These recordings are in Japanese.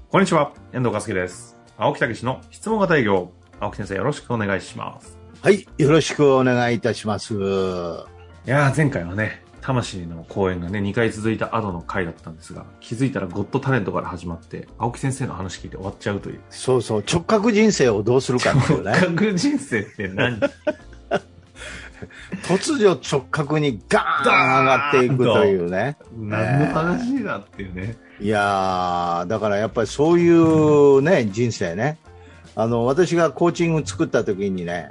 こんにちは、遠藤和樹です。青木武の質問型営業。青木先生、よろしくお願いします。 はい、よろしくお願いいたします。 いやー、前回はね、魂の講演がね、2回続いた後の回だったんですが、気づいたらゴッドタレントから始まって、青木先生の話聞いて終わっちゃうという。 そうそう、直角人生をどうするかっていうね。 直角人生って何突如直角にガーン上がっていくというね。 何の話だっていうね。 いやー、だからやっぱりそういうね、人生ね。私がコーチング作った時にね、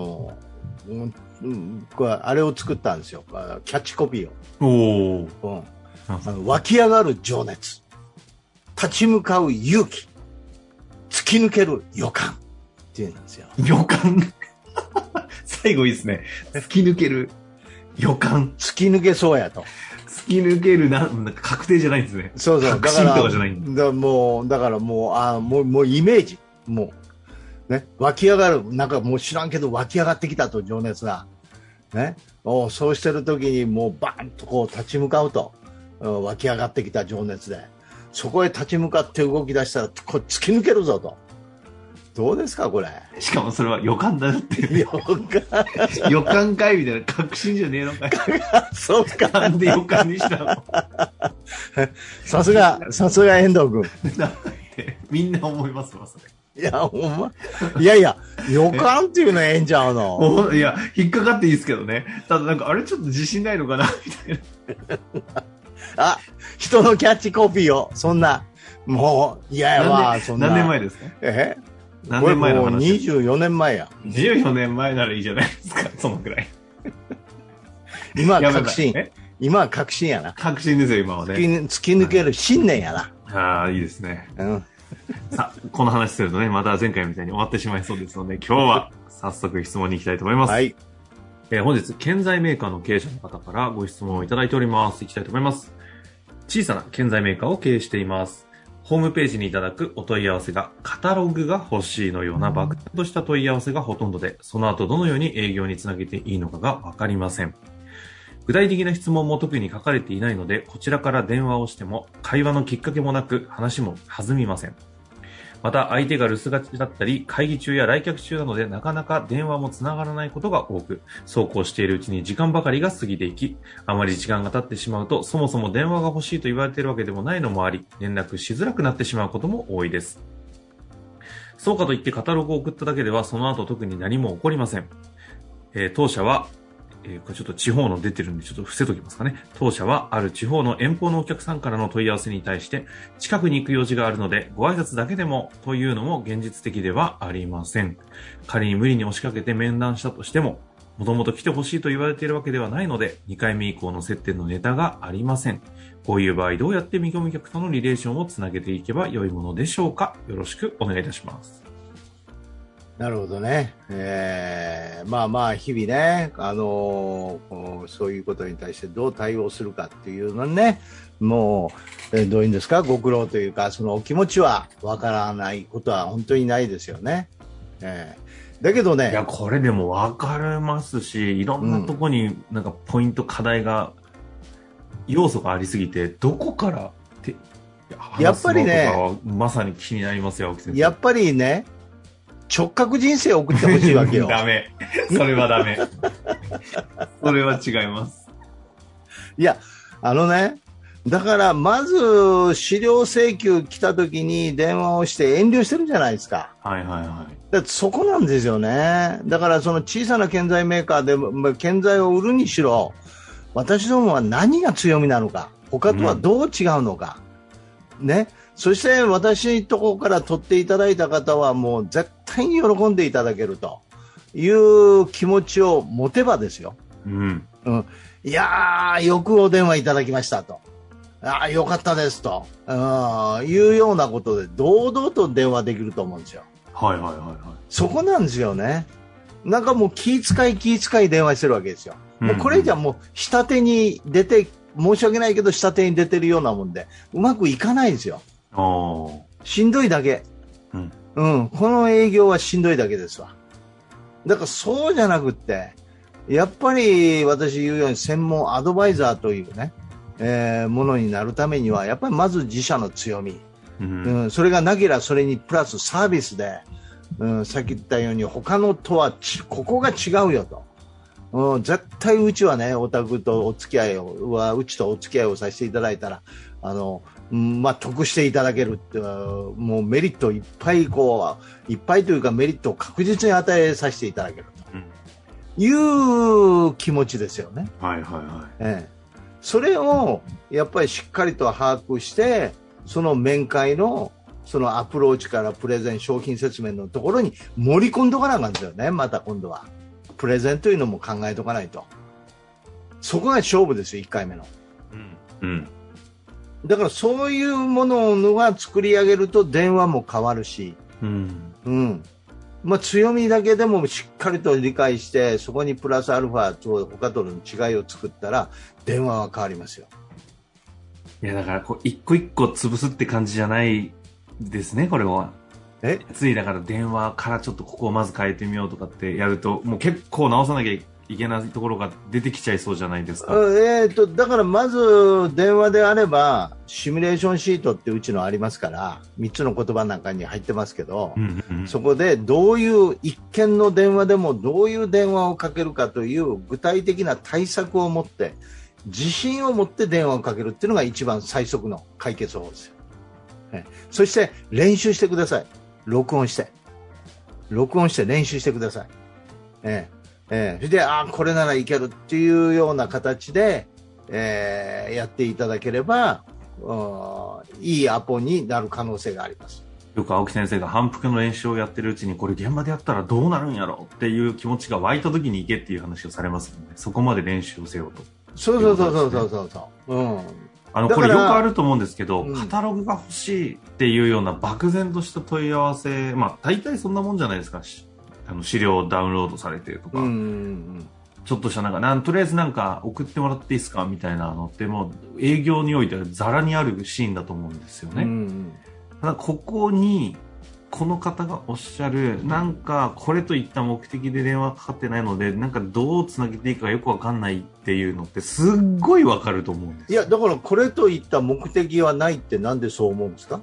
これあれを作ったんですよ。キャッチコピーを。湧き上がる情熱。立ち向かう勇気。突き抜ける予感。っていうんですよ。 予感最後いいですね。突き抜ける予感。 突き抜けそうやと。 突き抜けるなんか確定じゃないんですね。 そうそう。 確信とかじゃないんだ。 もうイメージ。もう、ね、湧き上がる。なんかもう知らんけど湧き上がってきたと、情熱が。ね。そうしてる時にもうバーンとこう立ち向かうと。湧き上がってきた情熱で。そこへ立ち向かって動き出したら、こう突き抜けるぞと。どうですかこれ。 しかもそれは予感だって。予感かいみたいな、確信じゃねえのかい。 そうか。 なんで予感にしたのさすが遠藤君。 だってみんな思いますわ、それ。 いや、ほんま。いや、予感っていうのええんちゃうの。 いや、引っかかっていいですけどね。ただなんか、あれちょっと自信ないのかなみたいな。人のキャッチコピーを、そんな、もう、いややわ、そんな。 何年前ですか？ 何年前の話？もう24年前や。 14年前ならいいじゃないですか、そのくらい。 今は確信。今は確信やな。 確信ですよ、今はね。 突き抜ける信念やな。 ああ、いいですね。さあ、この話するとね、また前回みたいに終わってしまいそうですので、今日は早速質問に行きたいと思います。はい。本日、建材メーカーの経営者の方からご質問をいただいております。行きたいと思います。小さな建材メーカーを経営しています。ホームページにいただくお問い合わせがカタログが欲しいのような漠然とした問い合わせがほとんどで、その後どのように営業につなげていいのかがわかりません。具体的な質問も特に書かれていないので、こちらから電話をしても会話のきっかけもなく話も弾みません。また相手が留守がちだったり会議中や来客中なのでなかなか電話もつながらないことが多く、そうこうしているうちに時間ばかりが過ぎていき、あまり時間が経ってしまうとそもそも電話が欲しいと言われているわけでもないのもあり、連絡しづらくなってしまうことも多いです。そうかといってカタログを送っただけではその後特に何も起こりません。当社はこれちょっと地方の出てるんでちょっと伏せときますかね。当社はある地方の遠方のお客さんからの問い合わせに対して近くに行く用事があるのでご挨拶だけでもというのも現実的ではありません。仮に無理に押しかけて面談したとしてももともと来てほしいと言われているわけではないので2回目以降の接点のネタがありません。こういう場合どうやって見込み客とのリレーションをつなげていけば良いものでしょうか。よろしくお願いいたします。 なるほどね。まあ日々ね、そういうことに対してどう対応するかっていうのね、もう、どういうんですか、ご苦労というか、そのお気持ちはわからないことは本当にないですよね。だけどね。 いや、これでもわかりますし、いろんなとこになんかポイント、課題が、要素がありすぎて、どこからやっぱりね、 まさに気になりますよ、青木先生。 やっぱりね、直角人生を送ってほしいわけよ。 ダメ。それはダメ。それは違います。 いや、だからまず資料請求来た時に電話をして遠慮してるじゃないですか。 はいはいはい。 だってそこなんですよね。だからその小さな建材メーカーで建材を売るにしろ、私どもは何が強みなのか、他とはどう違うのか、ね。そして私のところから取っていただいた方はもう絶対に喜んでいただけるという気持ちを持てばですよ。いやー、よくお電話いただきましたと。よかったですと。いうようなことで堂々と電話できると思うんですよ。 はいはいはいはい。 そこなんですよね。なんかもう気遣い電話してるわけですよ。もうこれじゃもう下手に出て、申し訳ないけど下手に出てるようなもんでうまくいかないんですよ。しんどいだけ、この営業はしんどいだけですわ。だからそうじゃなくってやっぱり私言うように専門アドバイザーというね、ものになるためにはやっぱりまず自社の強み、 それがなければそれにプラスサービスで、さっき言ったように他のとはここが違うよと、絶対うちはね、お宅とうちとお付き合いをさせていただいたら得していただけるって、もうメリットいっぱいいっぱいというかメリットを確実に与えさせていただけるという気持ちですよね。それをやっぱりしっかりと把握して、その面会のそのアプローチからプレゼン、商品説明のところに盛り込んでおかなあかんですよね。また今度はプレゼンというのも考えておかないと、そこが勝負ですよ、1回目の。だからそういうものが作り上げると電話も変わるし、強みだけでもしっかりと理解して、そこにプラスアルファと他との違いを作ったら電話は変わりますよ。 いやだから一個一個潰すって感じじゃないですね、これは。ついだから電話からちょっとここをまず変えてみようとかってやると、もう結構直さなきゃいけないところが出てきちゃいそうじゃないですか。 だからまず電話であればシミュレーションシートってうちのありますから、3つの言葉なんかに入ってますけど、そこでどういう一件の電話でもどういう電話をかけるかという具体的な対策を持って、自信を持って電話をかけるっていうのが一番最速の解決法ですよ。そして練習してください。録音して練習してください。それでこれならいけるっていうような形で、やっていただければいいアポになる可能性があります。 よく青木先生が反復の練習をやってるうちに、これ現場でやったらどうなるんやろうっていう気持ちが湧いた時に行けっていう話をされますので、そこまで練習をせよと。 そう、 これよくあると思うんですけど、カタログが欲しいっていうような漠然とした問い合わせ、大体そんなもんじゃないですか。資料をダウンロードされてるとか、ちょっとしたとりあえず送ってもらっていいですかみたいなのって、もう営業においてはザラにあるシーンだと思うんですよね。ただここにこの方がおっしゃるこれといった目的で電話かかってないのでどうつなげていいかよくわかんないっていうのってすっごいわかると思うんです。 いやだからこれといった目的はないってなんでそう思うんですか？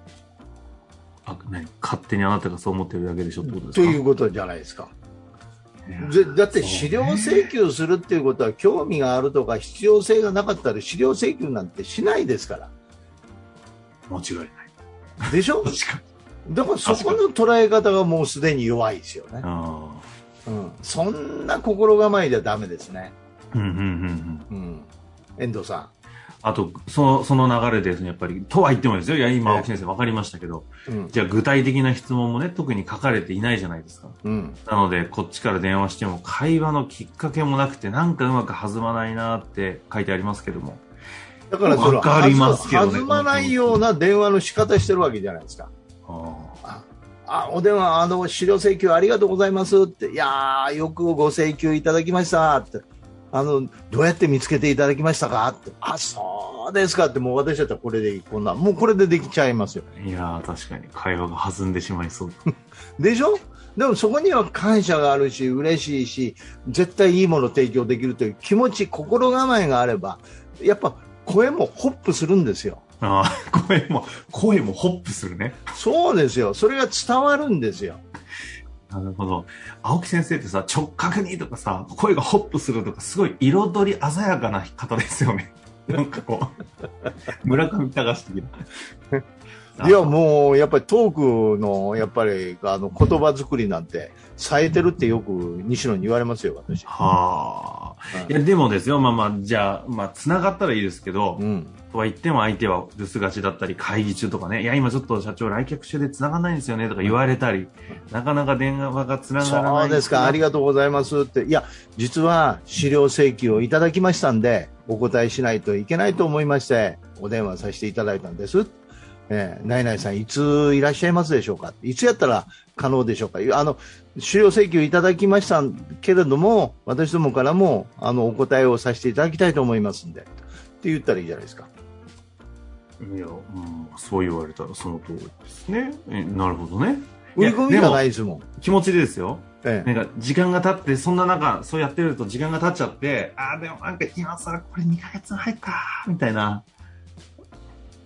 勝手にあなたがそう思ってるだけでしょってことですか？ ということじゃないですか。だって資料請求するっていうことは興味があるとか必要性がなかったら資料請求なんてしないですから。 間違いないでしょ？だからそこの捉え方がもうすでに弱いですよね。そんな心構えじゃダメですね。遠藤さん。 あとその流れでですね、やっぱりとは言ってもですよ、今青木先生分かりましたけど、じゃあ具体的な質問もね特に書かれていないじゃないですか。なのでこっちから電話しても会話のきっかけもなくてうまく弾まないなって書いてありますけども、 だからその弾まないような電話の仕方してるわけじゃないですか。お電話資料請求ありがとうございますって、いやーよくご請求いただきましたって、どうやって見つけていただきましたかって、そうですかって、もう私だったらこれでもうこれでできちゃいますよ。 いやー確かに会話が弾んでしまいそうでしょ。でもそこには感謝があるし嬉しいし、絶対いいものを提供できるという気持ち、心構えがあればやっぱ声もホップするんですよ。 声もホップするね。 そうですよ。それが伝わるんですよ。 なるほど。青木先生ってさ、直角にとかさ、声がホップするとか、すごい彩り鮮やかな方ですよね。村上隆的な。 いやもうやっぱりトークのやっぱり言葉作りなんて冴えてるってよく西野に言われますよ、私。 いやでもですよ、じゃあ繋がったらいいですけど、とは言っても相手は留守がちだったり会議中とかね、いや今ちょっと社長来客中で繋がんないんですよねとか言われたり、なかなか電話が繋がらない。 そうですか、ありがとうございますって、いや実は資料請求をいただきましたんでお答えしないといけないと思いましてお電話させていただいたんです。ナイナイさんいついらっしゃいますでしょうか、いつやったら可能でしょうか、資料請求いただきましたけれども私どもからもお答えをさせていただきたいと思いますんでって言ったらいいじゃないですか。 いや、そう言われたらその通りですね。なるほどね。 売り込みがないですもん。 気持ちでですよ。時間が経ってそんな中そうやってると時間が経っちゃって、でも今更これ2ヶ月前かみたいな。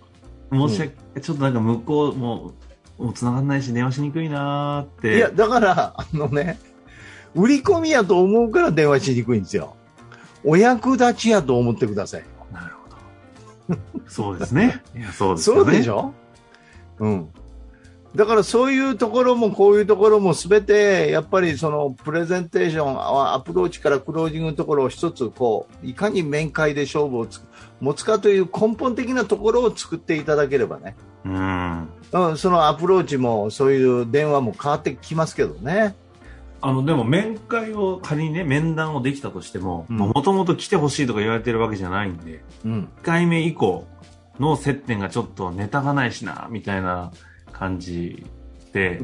申し訳、ちょっとなんか向こうもう繋がんないし電話しにくいなーって。 いや、だから、売り込みやと思うから電話しにくいんですよ。お役立ちやと思ってください。 なるほど。そうですね。いや、そうですよね。 そうでしょ？うん。だからそういうところもこういうところもすべてやっぱりそのプレゼンテーションアプローチからクロージングのところを一つこういかに面会で勝負を持つかという根本的なところを作っていただければね、そのアプローチもそういう電話も変わってきますけどね。 でも面会を仮にね面談をできたとしてももともと来てほしいとか言われてるわけじゃないんで、1回目以降の接点がちょっとネタがないしなみたいな感じで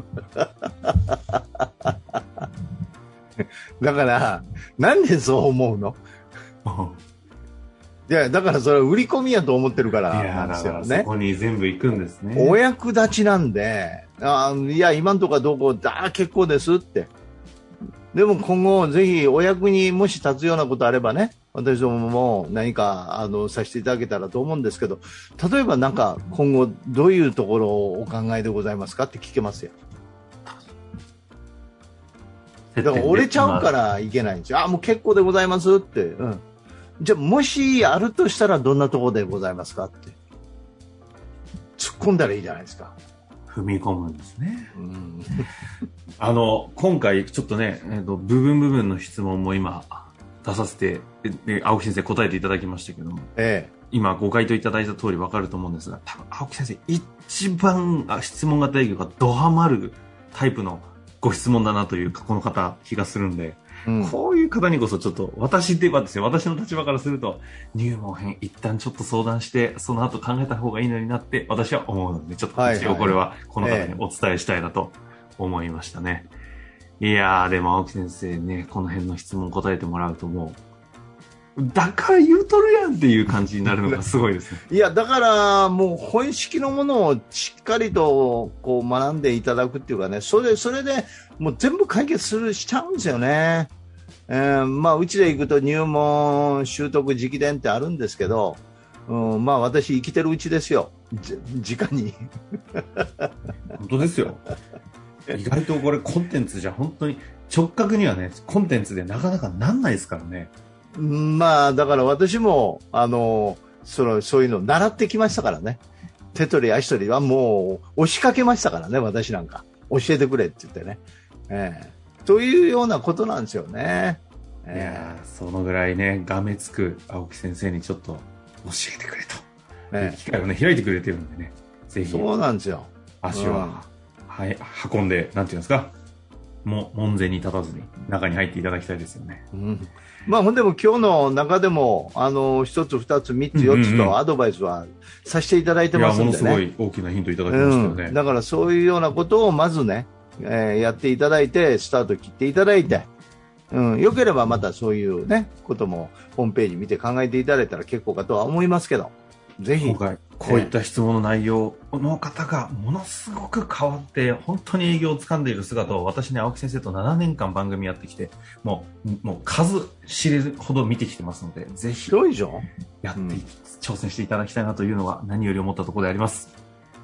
だからなんでそう思うの？いやだからそれは売り込みやと思ってるからなんですよね。 いやだからそこに全部行くんですね。 お役立ちなんで、いや今んとこはどこ結構ですって。でも今後ぜひお役にもし立つようなことあればね、私どもも何かさせていただけたらと思うんですけど、例えばなんか今後どういうところをお考えでございますかって聞けますよ。だから折れちゃうからいけないんですよ。もう結構でございますって、じゃあもしあるとしたらどんなところでございますかって突っ込んだらいいじゃないですか。 踏み込むんですね。今回ちょっとね、部分の質問も今出させて、青木先生答えていただきましたけども、今ご回答いただいた通り分かると思うんですが、多分青木先生一番質問型営業がドハマるタイプのご質問だなというかこの方気がするんで、こういう方にこそちょっと私の立場からすると入門編一旦ちょっと相談してその後考えた方がいいのになって私は思うので、ちょっと一応これはこの方にお伝えしたいなと思いましたね。いやーでも青木先生ね、この辺の質問答えてもらうともうだから言うとるやんっていう感じになるのがすごいですね。 いやだからもう本式のものをしっかりとこう学んでいただくっていうかね、それでもう全部解決しちゃうんですよね。うちで行くと入門習得直伝ってあるんですけど、私生きてるうちですよ、直に。 本当ですよ。意外とこれコンテンツじゃ本当に直角にはねコンテンツでなかなかなんないですからね。 だから私もそういうのを習ってきましたからね。手取り足取りはもう押しかけましたからね。私なんか教えてくれって言ってね、というようなことなんですよね。 いやそのぐらいねがめつく青木先生にちょっと教えてくれと、機会をね開いてくれてるんでね、ぜひそうなんですよ。 足を、運んでなんていうんですか、もう門前に立たずに中に入っていただきたいですよね。 ほんでも今日の中でも1つ2つ3つ4つとアドバイスはさせていただいてますんでね。 ものすごい大きなヒントいただきましたよね。 だからそういうようなことをまずね、やっていただいてスタート切っていただいて、よければまたそういうねこともホームページ見て考えていただいたら結構かとは思いますけど、ぜひ今回こういった質問の内容の方がものすごく変わって本当に営業を掴んでいる姿を私ね青木先生と7年間番組やってきてもう数知れるほど見てきてますので、ぜひやって、挑戦していただきたいなというのは何より思ったところであります。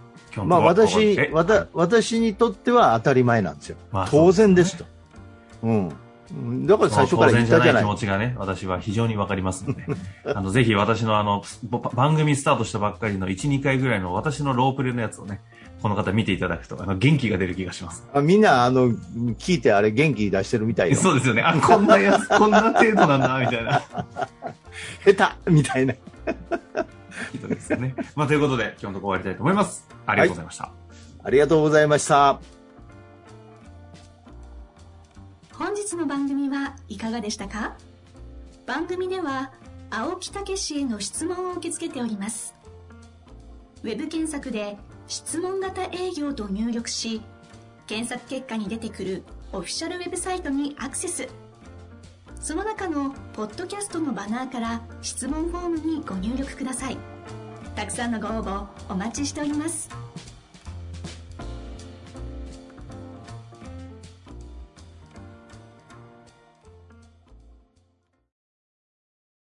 私にとっては当たり前なんですよ。当然ですと。だから最初から言ったじゃない。当然じゃない気持ちがね、私は非常にわかりますので、ぜひ私の番組スタートしたばっかりの1、2回ぐらいの私のロープレのやつをね、この方見ていただくと元気が出る気がします。 みんな聞いてあれ元気出してるみたいよ。 そうですよね。こんなやつこんな程度なんだみたいな。 下手みたいな。 ひどいですよね。ということで今日のところ終わりたいと思います。ありがとうございました。 ありがとうございました。 本日の番組はいかがでしたか？番組では青木武氏への質問を受け付けております。ウェブ検索で質問型営業と入力し、検索結果に出てくるオフィシャルウェブサイトにアクセス。その中のポッドキャストのバナーから質問フォームにご入力ください。たくさんのご応募お待ちしております。